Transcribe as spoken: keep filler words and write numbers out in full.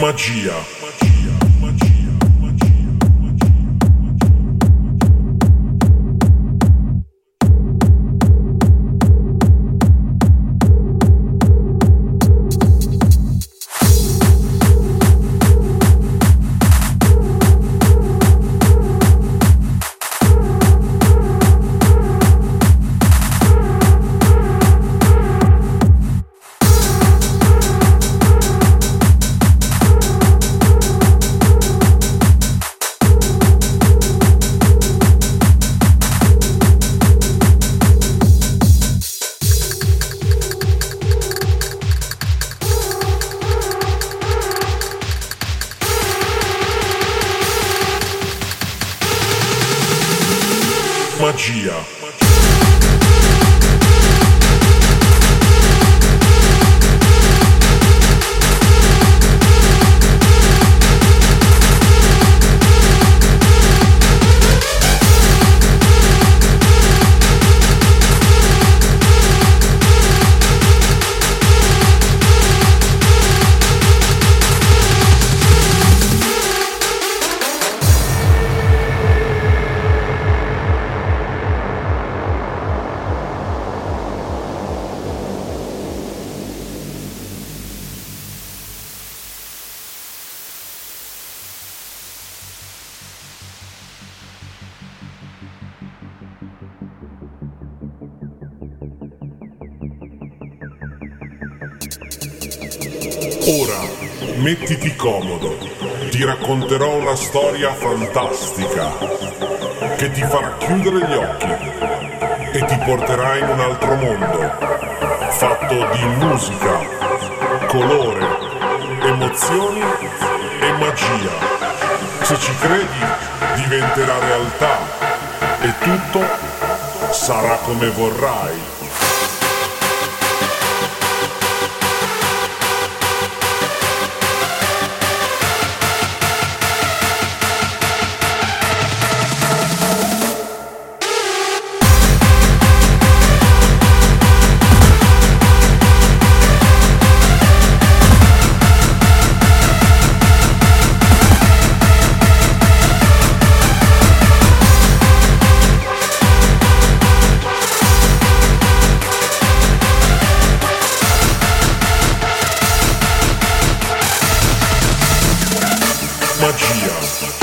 Magia. Magia. Ora, mettiti comodo, ti racconterò una storia fantastica che ti farà chiudere gli occhi e ti porterà in un altro mondo, fatto di musica, colore, emozioni e magia. Se ci credi, diventerà realtà e tutto sarà come vorrai. Magia.